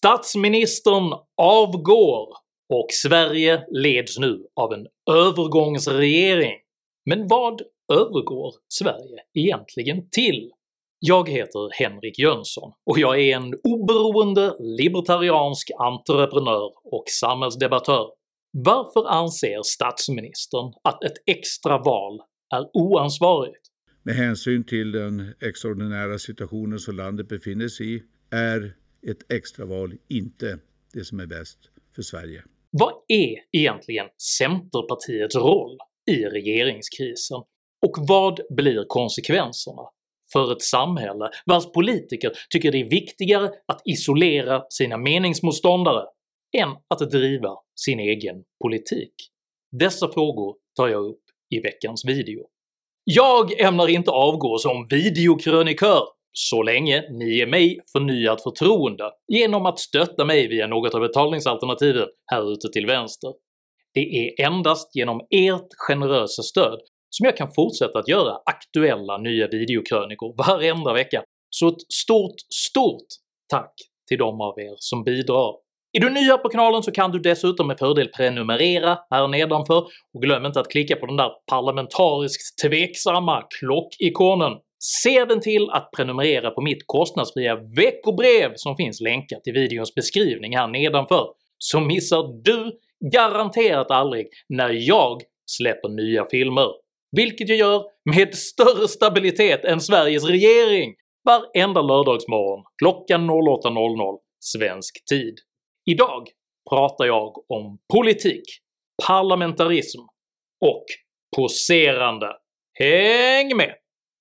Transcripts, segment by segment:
Statsministern avgår och Sverige leds nu av en övergångsregering. Men vad övergår Sverige egentligen till? Jag heter Henrik Jönsson och jag är en oberoende libertariansk entreprenör och samhällsdebattör. Varför anser statsministern att ett extra val är oansvarigt? Med hänsyn till den extraordinära situationen som landet befinner sig i är ett extraval inte det som är bäst för Sverige. Vad är egentligen Centerpartiets roll i regeringskrisen? Och vad blir konsekvenserna för ett samhälle vars politiker tycker det är viktigare att isolera sina meningsmotståndare än att driva sin egen politik? Dessa frågor tar jag upp i veckans video. Jag ämnar inte avgå som videokrönikör så länge ni ger mig förnyat förtroende genom att stötta mig via något av betalningsalternativen här ute till vänster. Det är endast genom ert generösa stöd som jag kan fortsätta att göra aktuella nya videokrönikor varenda vecka, så ett stort tack till de av er som bidrar. Är du ny här på kanalen så kan du dessutom med fördel prenumerera här nedanför, och glöm inte att klicka på den där parlamentariskt tveksamma klockikonen. Se den till att prenumerera på mitt kostnadsfria veckobrev som finns länkat i videons beskrivning här nedanför, så missar du garanterat aldrig när jag släpper nya filmer, vilket jag gör med större stabilitet än Sveriges regering varenda lördagsmorgon klockan 08:00 svensk tid. Idag pratar jag om politik, parlamentarism och poserande. Häng med!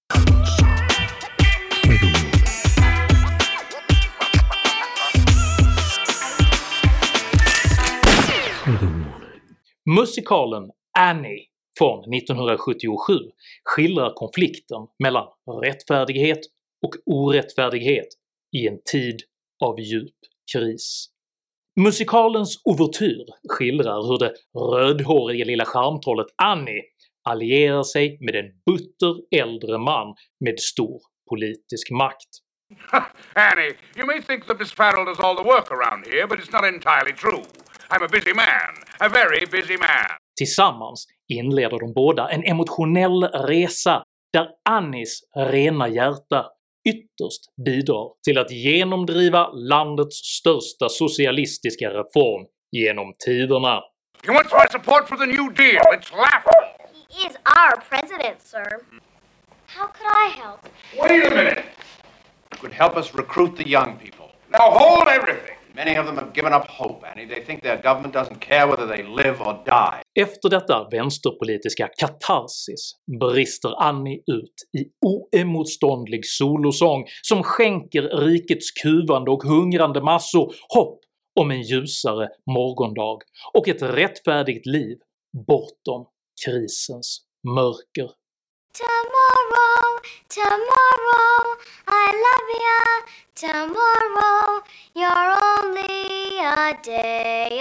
Musikalen Annie från 1977 skildrar konflikten mellan rättfärdighet och orättfärdighet i en tid av djup kris. Musikalens ouvertyr skildrar hur det rödhåriga lilla charmtrollet Annie allierar sig med en butter äldre man med stor politisk makt. Annie, you may think that Miss Farrell does all the work around here, but it's not entirely true. I'm a busy man, a very busy man. Tillsammans inleder de båda en emotionell resa där Annies rena hjärta ytterst bidrar till att genomdriva landets största socialistiska reform genom tiderna. He wants my support for the New Deal. It's laughable. He is our president, sir. How could I help? Wait a minute. It could help us recruit the young people. Now hold everything. Many of them have given up hope, Annie. They think their government doesn't care whether they live or die. Efter detta vänsterpolitiska katarsis brister Annie ut i oemotståndlig solosång som skänker rikets kuvande och hungrande massor hopp om en ljusare morgondag och ett rättfärdigt liv bortom krisens mörker. Tomorrow, tomorrow, I love ya. Tomorrow, you're only a day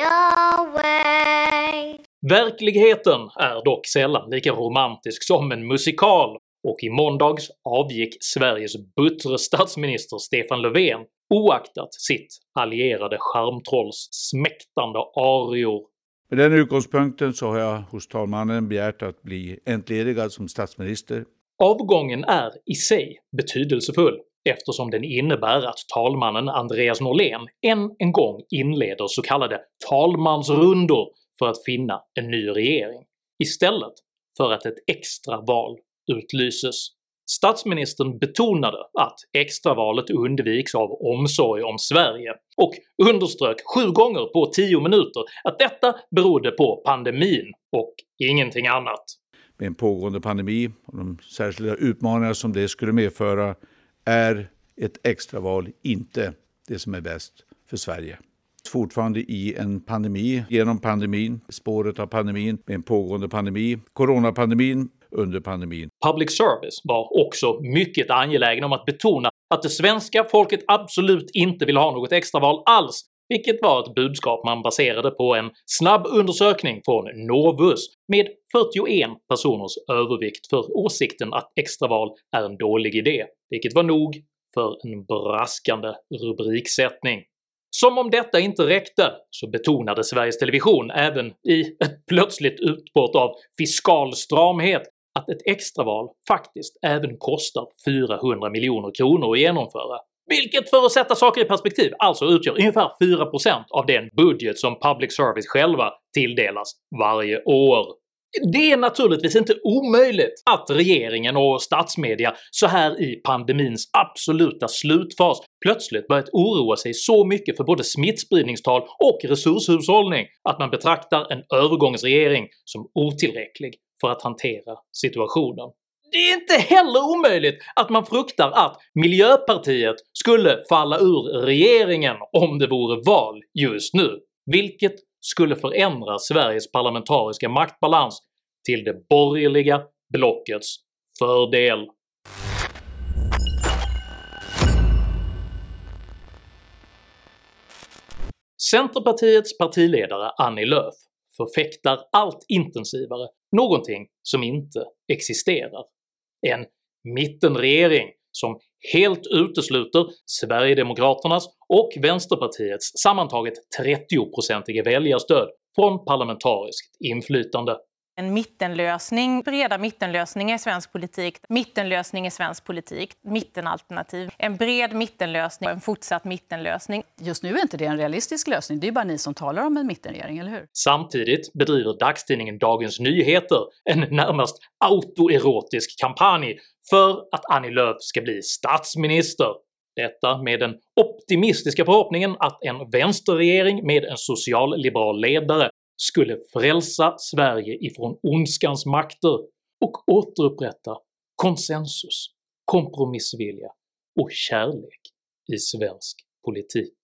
away. Verkligheten är dock sällan lika romantisk som en musikal, och i måndags avgick Sveriges buttre statsminister Stefan Löfven oaktat sitt allierade charmtrolls smäktande arior. Med den utgångspunkten så har jag hos talmannen begärt att bli entledigad som statsminister. Avgången är i sig betydelsefull eftersom den innebär att talmannen Andreas Norlén en gång inleder så kallade talmansrundor för att finna en ny regering, istället för att ett extra val utlyses. Statsministern betonade att extravalet undviks av omsorg om Sverige och underströk 7 gånger på 10 minuter att detta berodde på pandemin och ingenting annat. Med en pågående pandemi och de särskilda utmaningar som det skulle medföra är ett extraval inte det som är bäst för Sverige. Fortfarande i en pandemi, genom pandemin, spåret av pandemin, med en pågående pandemi, coronapandemin, under pandemin. Public service var också mycket angelägen om att betona att det svenska folket absolut inte vill ha något extraval alls, vilket var ett budskap man baserade på en snabb undersökning från Novus med 41 personers övervikt för åsikten att extraval är en dålig idé, vilket var nog för en braskande rubriksättning. Som om detta inte räckte så betonade Sveriges Television även i ett plötsligt utbrott av fiskal stramhet att ett extraval faktiskt även kostar 400 miljoner kronor att genomföra, vilket för att sätta saker i perspektiv alltså utgör ungefär 4% av den budget som public service själva tilldelas varje år. Det är naturligtvis inte omöjligt att regeringen och statsmedia så här i pandemins absoluta slutfas plötsligt börjat oroa sig så mycket för både smittspridningstal och resurshushållning att man betraktar en övergångsregering som otillräcklig för att hantera situationen. Det är inte heller omöjligt att man fruktar att Miljöpartiet skulle falla ur regeringen om det vore val just nu, vilket skulle förändra Sveriges parlamentariska maktbalans till det borgerliga blockets fördel. Centerpartiets partiledare Annie Lööf förfäktar allt intensivare någonting som inte existerar. En mittenregering som helt utesluter Sverigedemokraternas och Vänsterpartiets sammantaget 30-procentiga väljarstöd från parlamentariskt inflytande. En mittenlösning, breda mittenlösningar i svensk politik, mittenlösning i svensk politik, mittenalternativ, en bred mittenlösning och en fortsatt mittenlösning. Just nu är inte det en realistisk lösning, det är bara ni som talar om en mittenregering, eller hur? Samtidigt bedriver dagstidningen Dagens Nyheter en närmast autoerotisk kampanj för att Annie Lööf ska bli statsminister. Detta med den optimistiska förhoppningen att en vänsterregering med en socialliberal ledare skulle frälsa Sverige ifrån ondskans makter och återupprätta konsensus, kompromissvilja och kärlek i svensk politik.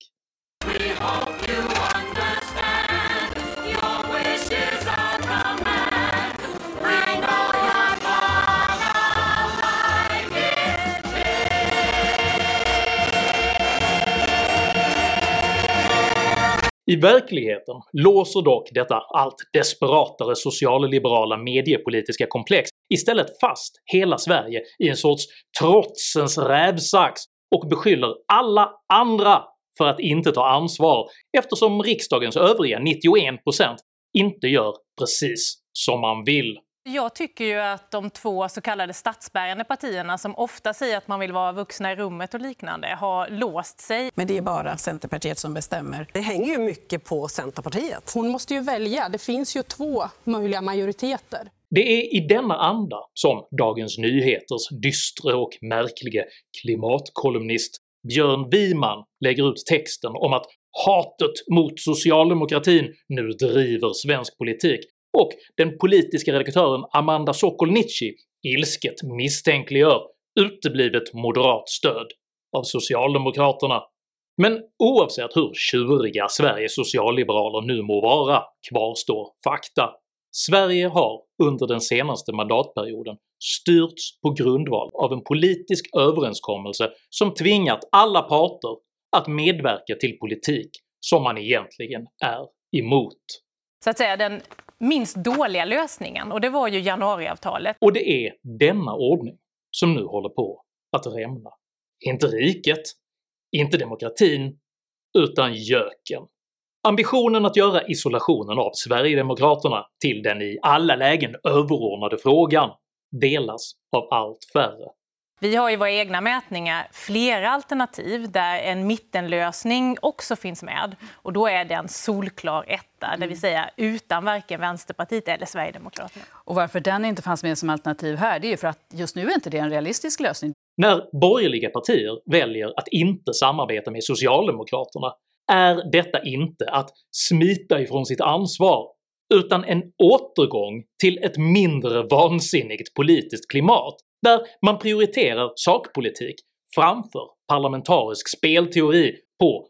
I verkligheten låser dock detta allt desperatare socialliberala mediepolitiska komplex istället fast hela Sverige i en sorts trotsens rävsax och beskyller alla andra för att inte ta ansvar eftersom riksdagens övriga 91% inte gör precis som man vill. Jag tycker ju att de två så kallade statsbärande partierna som ofta säger att man vill vara vuxna i rummet och liknande har låst sig. Men det är bara Centerpartiet som bestämmer. Det hänger ju mycket på Centerpartiet. Hon måste ju välja, det finns ju 2 möjliga majoriteter. Det är i denna anda som Dagens Nyheters dystre och märkliga klimatkolumnist Björn Wiman lägger ut texten om att hatet mot socialdemokratin nu driver svensk politik, och den politiska redaktören Amanda Sokolnici ilsket misstänkliggör uteblivet moderat stöd av Socialdemokraterna. Men oavsett hur tjuriga Sveriges socialliberaler nu må vara kvarstår fakta. Sverige har under den senaste mandatperioden styrts på grundval av en politisk överenskommelse som tvingat alla parter att medverka till politik som man egentligen är emot. Så att säga den minst dåliga lösningen, och det var ju januariavtalet. Och det är denna ordning som nu håller på att rämna. Inte riket, inte demokratin, utan göken. Ambitionen att göra isolationen av Sverigedemokraterna till den i alla lägen överordnade frågan delas av allt färre. Vi har i våra egna mätningar flera alternativ där en mittenlösning också finns med, och då är det en solklar etta, det vill säga utan varken Vänsterpartiet eller Sverigedemokraterna. Och varför den inte fanns med som alternativ här, det är ju för att just nu är inte det en realistisk lösning. När borgerliga partier väljer att inte samarbeta med Socialdemokraterna är detta inte att smita ifrån sitt ansvar, utan en återgång till ett mindre vansinnigt politiskt klimat där man prioriterar sakpolitik framför parlamentarisk spelteori på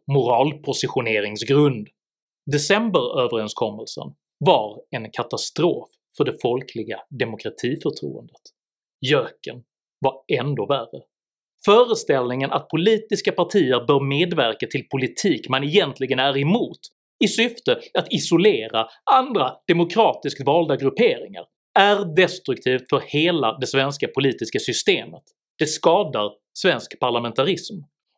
moralpositioneringsgrund. Decemberöverenskommelsen var en katastrof för det folkliga demokratiförtroendet. Göken var ändå värre. Föreställningen att politiska partier bör medverka till politik man egentligen är emot i syfte att isolera andra demokratiskt valda grupperingar är destruktivt för hela det svenska politiska systemet. Det skadar svensk parlamentarism,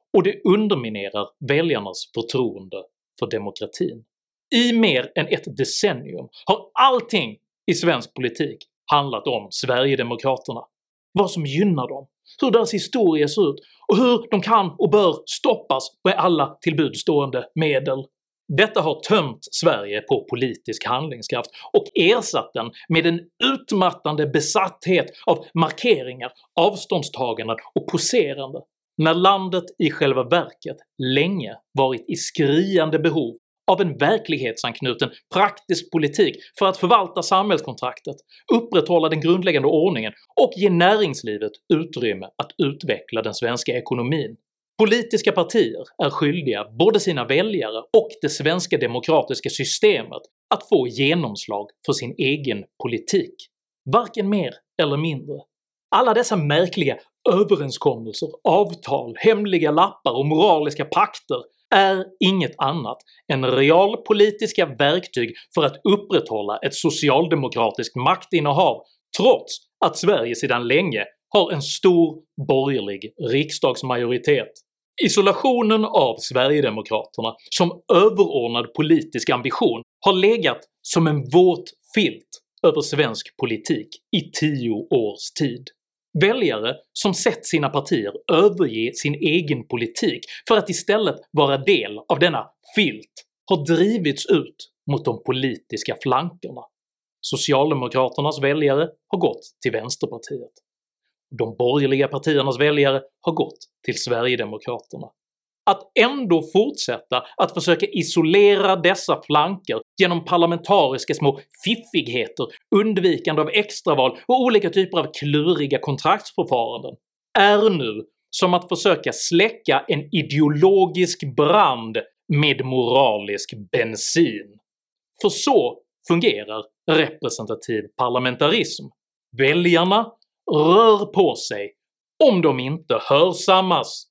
och det underminerar väljarnas förtroende för demokratin. I mer än ett decennium har allting i svensk politik handlat om Sverigedemokraterna, vad som gynnar dem, hur deras historia ser ut och hur de kan och bör stoppas med alla tillbudstående medel. Detta har tömt Sverige på politisk handlingskraft och ersatt den med en utmattande besatthet av markeringar, avståndstaganden och poserande, när landet i själva verket länge varit i skriande behov av en verklighetsanknuten praktisk politik för att förvalta samhällskontraktet, upprätthålla den grundläggande ordningen och ge näringslivet utrymme att utveckla den svenska ekonomin. Politiska partier är skyldiga både sina väljare och det svenska demokratiska systemet att få genomslag för sin egen politik. Varken mer eller mindre. Alla dessa märkliga överenskommelser, avtal, hemliga lappar och moraliska pakter är inget annat än realpolitiska verktyg för att upprätthålla ett socialdemokratiskt maktinnehav trots att Sverige sedan länge har en stor borgerlig riksdagsmajoritet. Isolationen av Sverigedemokraterna som överordnad politisk ambition har legat som en våt filt över svensk politik i 10 års tid. Väljare som sett sina partier överge sin egen politik för att istället vara del av denna filt har drivits ut mot de politiska flankerna. Socialdemokraternas väljare har gått till Vänsterpartiet. De borgerliga partiernas väljare har gått till Sverigedemokraterna. Att ändå fortsätta att försöka isolera dessa flanker genom parlamentariska små fiffigheter, undvikande av extraval och olika typer av kluriga kontraktsförfaranden är nu som att försöka släcka en ideologisk brand med moralisk bensin. För så fungerar representativ parlamentarism. Väljarna rör på sig om de inte hörsammas.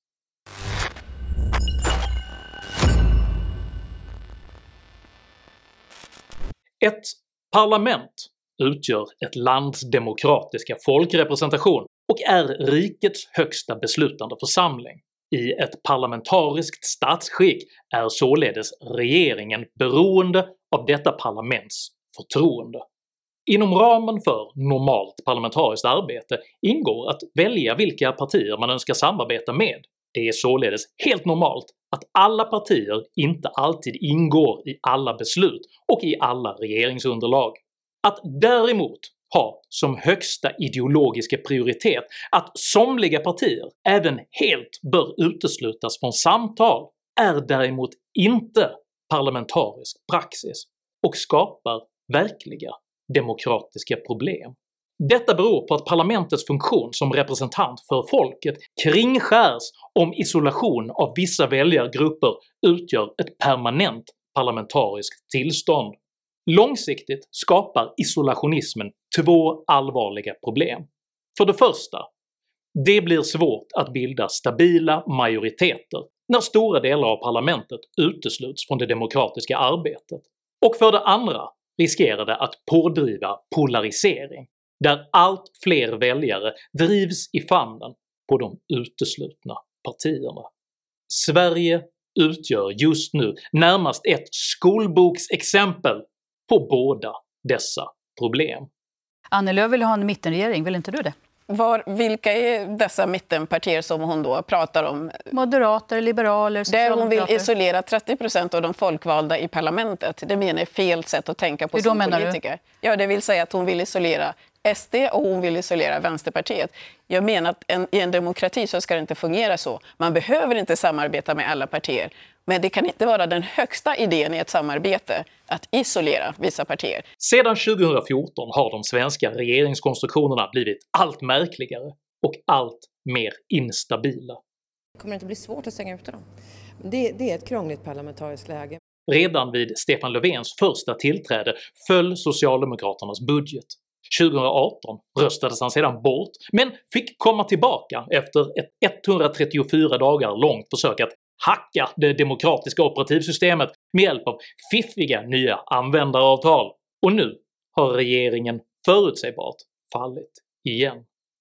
Ett parlament utgör ett lands demokratiska folkrepresentation och är rikets högsta beslutande församling. I ett parlamentariskt statsskick är således regeringen beroende av detta parlaments förtroende. Inom ramen för normalt parlamentariskt arbete ingår att välja vilka partier man önskar samarbeta med. Det är således helt normalt att alla partier inte alltid ingår i alla beslut och i alla regeringsunderlag. Att däremot ha som högsta ideologiska prioritet att somliga partier även helt bör uteslutas från samtal är däremot inte parlamentarisk praxis och skapar verkliga demokratiska problem. Detta beror på att parlamentets funktion som representant för folket kringskärs om isolation av vissa väljargrupper utgör ett permanent parlamentariskt tillstånd. Långsiktigt skapar isolationismen 2 allvarliga problem. För det första, det blir svårt att bilda stabila majoriteter när stora delar av parlamentet utesluts från det demokratiska arbetet. Och för det andra riskerar det att pådriva polarisering, där allt fler väljare drivs i famnen på de uteslutna partierna. Sverige utgör just nu närmast ett skolboksexempel på båda dessa problem. Annie Lööf vill ha en mittenregering, vill inte du det? Vilka är dessa mittenpartier som hon då pratar om? Moderater, liberaler, socialdemokrater. Där hon vill isolera 30% av de folkvalda i parlamentet. Det menar är fel sätt att tänka på som politiker. Ja, det vill säga att hon vill isolera SD och hon vill isolera Vänsterpartiet. Jag menar att i en demokrati så ska det inte fungera så. Man behöver inte samarbeta med alla partier. Men det kan inte vara den högsta idén i ett samarbete att isolera vissa partier. Sedan 2014 har de svenska regeringskonstruktionerna blivit allt märkligare och allt mer instabila. Kommer det inte bli svårt att stänga ut dem? Det är ett krångligt parlamentariskt läge. Redan vid Stefan Löfvens första tillträde föll Socialdemokraternas budget. 2018 röstades han sedan bort, men fick komma tillbaka efter ett 134 dagar långt försök att hacka det demokratiska operativsystemet med hjälp av fiffiga nya användaravtal, och nu har regeringen förutsägbart fallit igen.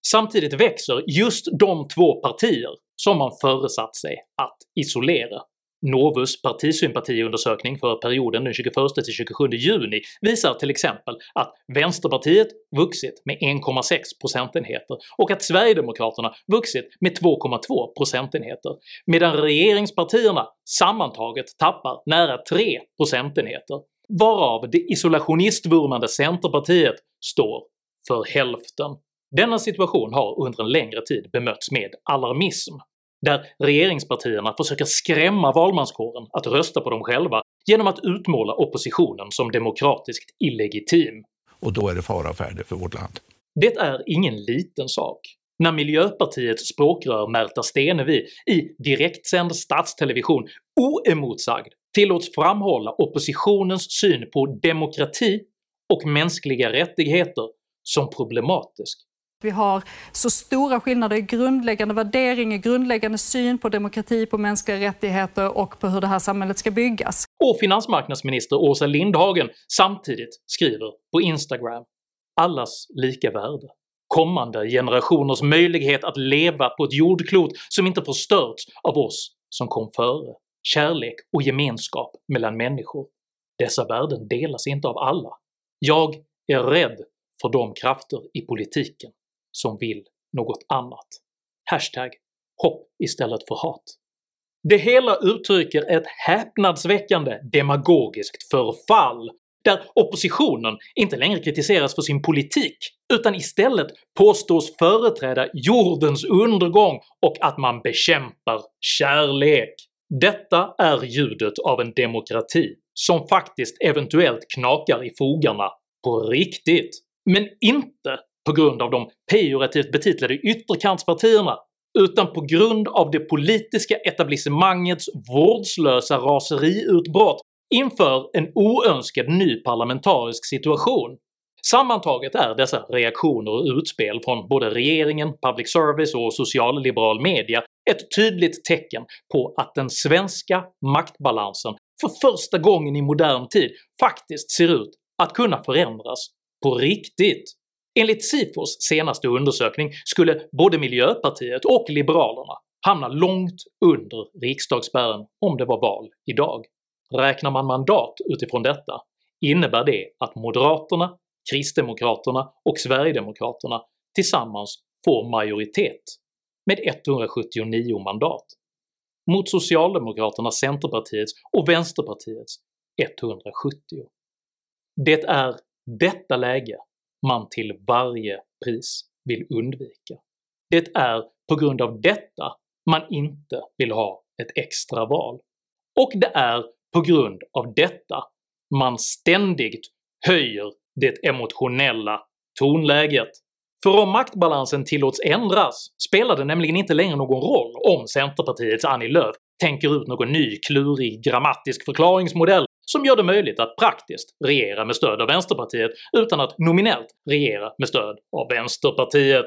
Samtidigt växer just de två partier som man föresatt sig att isolera. Novus partisympatiundersökning för perioden den 21–27 juni visar till exempel att Vänsterpartiet vuxit med 1,6 procentenheter och att Sverigedemokraterna vuxit med 2,2 procentenheter, medan regeringspartierna sammantaget tappar nära 3 procentenheter, varav det isolationistvurmande Centerpartiet står för hälften. Denna situation har under en längre tid bemötts med alarmism, där regeringspartierna försöker skrämma valmanskåren att rösta på dem själva genom att utmåla oppositionen som demokratiskt illegitim. Och då är det fara färdig för vårt land. Det är ingen liten sak när Miljöpartiets språkrör Märta Stenevi i direktsänd statstelevision oemotsagd tillåts framhålla oppositionens syn på demokrati och mänskliga rättigheter som problematisk. Vi har så stora skillnader i grundläggande värderingar, grundläggande syn på demokrati, på mänskliga rättigheter och på hur det här samhället ska byggas. Och finansmarknadsminister Åsa Lindhagen samtidigt skriver på Instagram “Allas lika värde, kommande generationers möjlighet att leva på ett jordklot som inte förstörts av oss som kom före, kärlek och gemenskap mellan människor. Dessa värden delas inte av alla. Jag är rädd för de krafter i politiken som vill något annat. Hashtag hopp istället för hat.” Det hela uttrycker ett häpnadsväckande demagogiskt förfall, där oppositionen inte längre kritiseras för sin politik utan istället påstås företräda jordens undergång och att man bekämpar kärlek. Detta är ljudet av en demokrati som faktiskt eventuellt knakar i fogarna på riktigt, men inte på grund av de pejorativt betitlade ytterkantspartierna utan på grund av det politiska etablissemangets vårdslösa raseriutbrott inför en oönskad ny parlamentarisk situation. Sammantaget är dessa reaktioner och utspel från både regeringen, public service och socialliberal media ett tydligt tecken på att den svenska maktbalansen för första gången i modern tid faktiskt ser ut att kunna förändras på riktigt. Enligt Sifos senaste undersökning skulle både Miljöpartiet och Liberalerna hamna långt under riksdagsspärren om det var val idag. Räknar man mandat utifrån detta innebär det att Moderaterna, Kristdemokraterna och Sverigedemokraterna tillsammans får majoritet med 179 mandat mot Socialdemokraterna, Centerpartiets och Vänsterpartiets 170. Det är detta läge man till varje pris vill undvika. Det är på grund av detta man inte vill ha ett extra val. Och det är på grund av detta man ständigt höjer det emotionella tonläget. För om maktbalansen tillåts ändras spelar det nämligen inte längre någon roll om Centerpartiets Annie Lööf tänker ut någon ny klurig grammatisk förklaringsmodell som gör det möjligt att praktiskt regera med stöd av Vänsterpartiet utan att nominellt regera med stöd av Vänsterpartiet.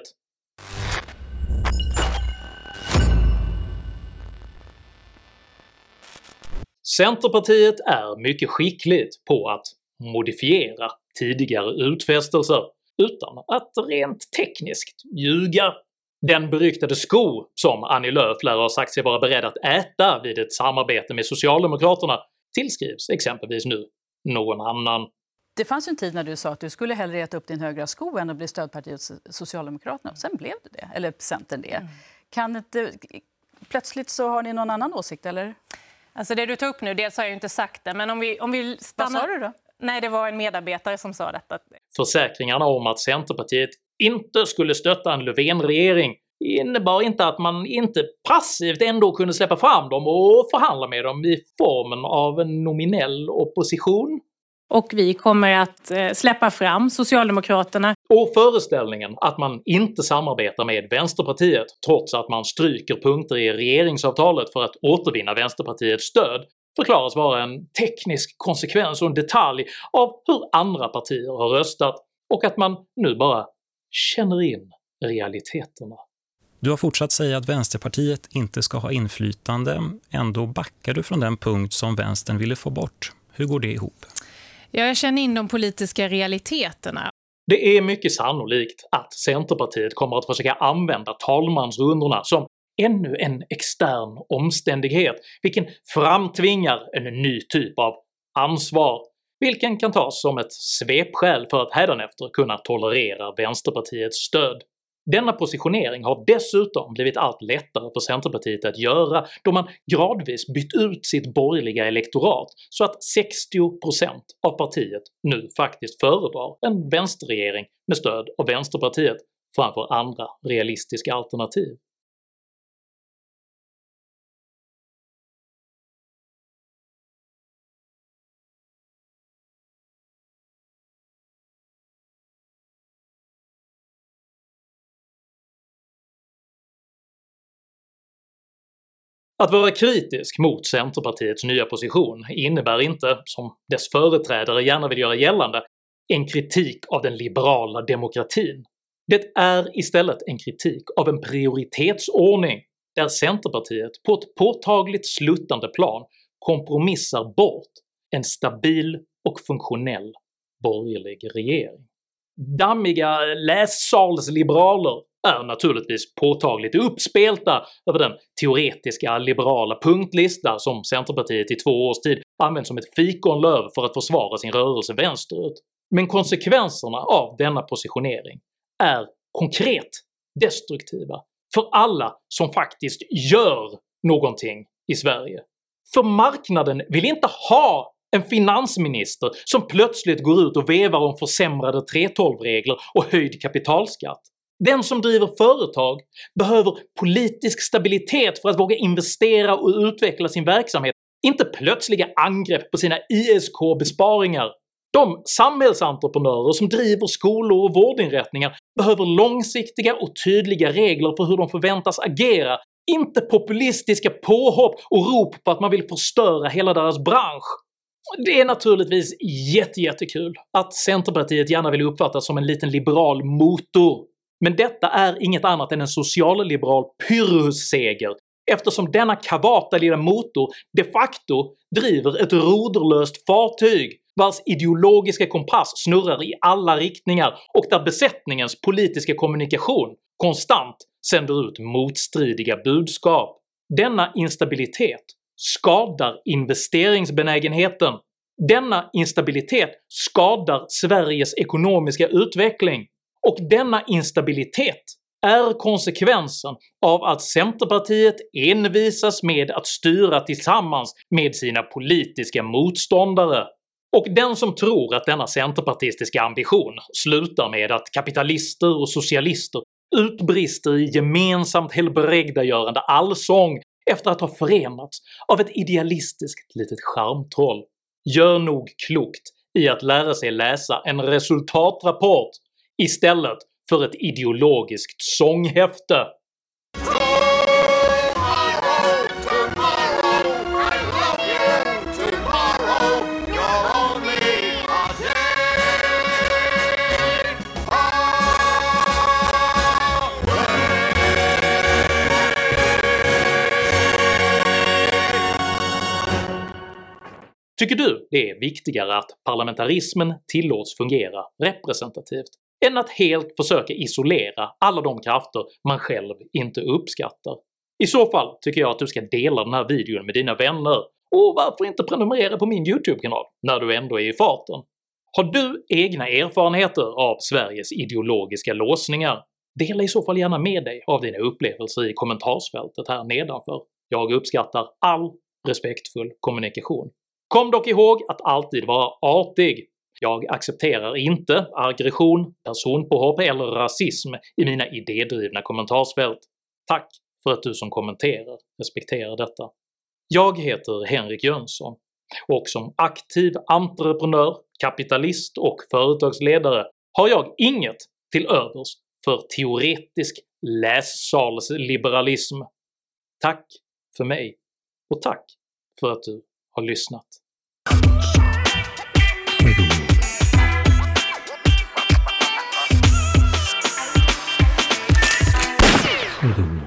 Centerpartiet är mycket skickligt på att modifiera tidigare utfästelser utan att rent tekniskt ljuga. Den beryktade sko som Annie Lööf lär ha sagt sig vara beredd att äta vid ett samarbete med Socialdemokraterna tillskrivs exempelvis nu någon annan. Det fanns en tid när du sa att du skulle hellre äta upp din högra sko än att bli stödparti åt Socialdemokraterna. Sen blev du det, eller Centern det. Kan inte, plötsligt så har ni någon annan åsikt, eller? Alltså det du tar upp nu, dels har jag ju inte sagt det, men om vi stannar... Vad sa du då? Nej, det var en medarbetare som sa detta. Försäkringarna om att Centerpartiet inte skulle stötta en Löfven-regering innebar inte att man inte passivt ändå kunde släppa fram dem och förhandla med dem i formen av en nominell opposition. Och vi kommer att släppa fram Socialdemokraterna. Och föreställningen att man inte samarbetar med Vänsterpartiet trots att man stryker punkter i regeringsavtalet för att återvinna Vänsterpartiets stöd förklaras vara en teknisk konsekvens och en detalj av hur andra partier har röstat och att man nu bara känner in realiteterna. Du har fortsatt säga att Vänsterpartiet inte ska ha inflytande, ändå backar du från den punkt som vänstern ville få bort. Hur går det ihop? Jag känner in de politiska realiteterna. Det är mycket sannolikt att Centerpartiet kommer att försöka använda talmansrundorna som ännu en extern omständighet, vilken framtvingar en ny typ av ansvar, vilken kan tas som ett svepskäl för att hädanefter kunna tolerera Vänsterpartiets stöd. Denna positionering har dessutom blivit allt lättare för Centerpartiet att göra då man gradvis bytt ut sitt borgerliga elektorat så att 60% av partiet nu faktiskt föredrar en vänsterregering med stöd av Vänsterpartiet framför andra realistiska alternativ. Att vara kritisk mot Centerpartiets nya position innebär inte, som dess företrädare gärna vill göra gällande, en kritik av den liberala demokratin. Det är istället en kritik av en prioritetsordning där Centerpartiet på ett påtagligt sluttande plan kompromissar bort en stabil och funktionell borgerlig regering. Dammiga lässalsliberaler är naturligtvis påtagligt uppspelta över den teoretiska liberala punktlista som Centerpartiet i 2 års tid använt som ett fikonlöv för att försvara sin rörelse vänsterut. Men konsekvenserna av denna positionering är konkret destruktiva för alla som faktiskt gör någonting i Sverige. För marknaden vill inte ha en finansminister som plötsligt går ut och vevar om försämrade 3:12-regler och höjd kapitalskatt. Den som driver företag behöver politisk stabilitet för att våga investera och utveckla sin verksamhet, inte plötsliga angrepp på sina ISK-besparingar. De samhällsentreprenörer som driver skolor och vårdinrättningar behöver långsiktiga och tydliga regler för hur de förväntas agera, inte populistiska påhopp och rop på att man vill förstöra hela deras bransch. Det är naturligtvis jättekul att Centerpartiet gärna vill uppfattas som en liten liberal motor, men detta är inget annat än en socialliberal pyrrhusseger eftersom denna kavata lilla motor de facto driver ett roderlöst fartyg vars ideologiska kompass snurrar i alla riktningar och där besättningens politiska kommunikation konstant sänder ut motstridiga budskap. Denna instabilitet skadar investeringsbenägenheten. Denna instabilitet skadar Sveriges ekonomiska utveckling. Och denna instabilitet är konsekvensen av att Centerpartiet envisas med att styra tillsammans med sina politiska motståndare. Och den som tror att denna centerpartistiska ambition slutar med att kapitalister och socialister utbrister i gemensamt helbrägdagörande allsång efter att ha förenats av ett idealistiskt litet charmtroll gör nog klokt i att lära sig läsa en resultatrapport istället för ett ideologiskt sånghäfte. Tycker du det är viktigare att parlamentarismen tillåts fungera representativt än att helt försöka isolera alla de krafter man själv inte uppskattar? I så fall tycker jag att du ska dela den här videon med dina vänner, och varför inte prenumerera på min YouTube-kanal när du ändå är i farten? Har du egna erfarenheter av Sveriges ideologiska låsningar? Dela i så fall gärna med dig av dina upplevelser i kommentarsfältet här nedanför. Jag uppskattar all respektfull kommunikation. Kom dock ihåg att alltid vara artig. Jag accepterar inte aggression, personpåhopp eller rasism i mina idédrivna kommentarsfält. Tack för att du som kommenterar respekterar detta. Jag heter Henrik Jönsson, och som aktiv entreprenör, kapitalist och företagsledare har jag inget till övers för teoretisk lässalsliberalism. Tack för mig, och tack för att du har lyssnat. Mm.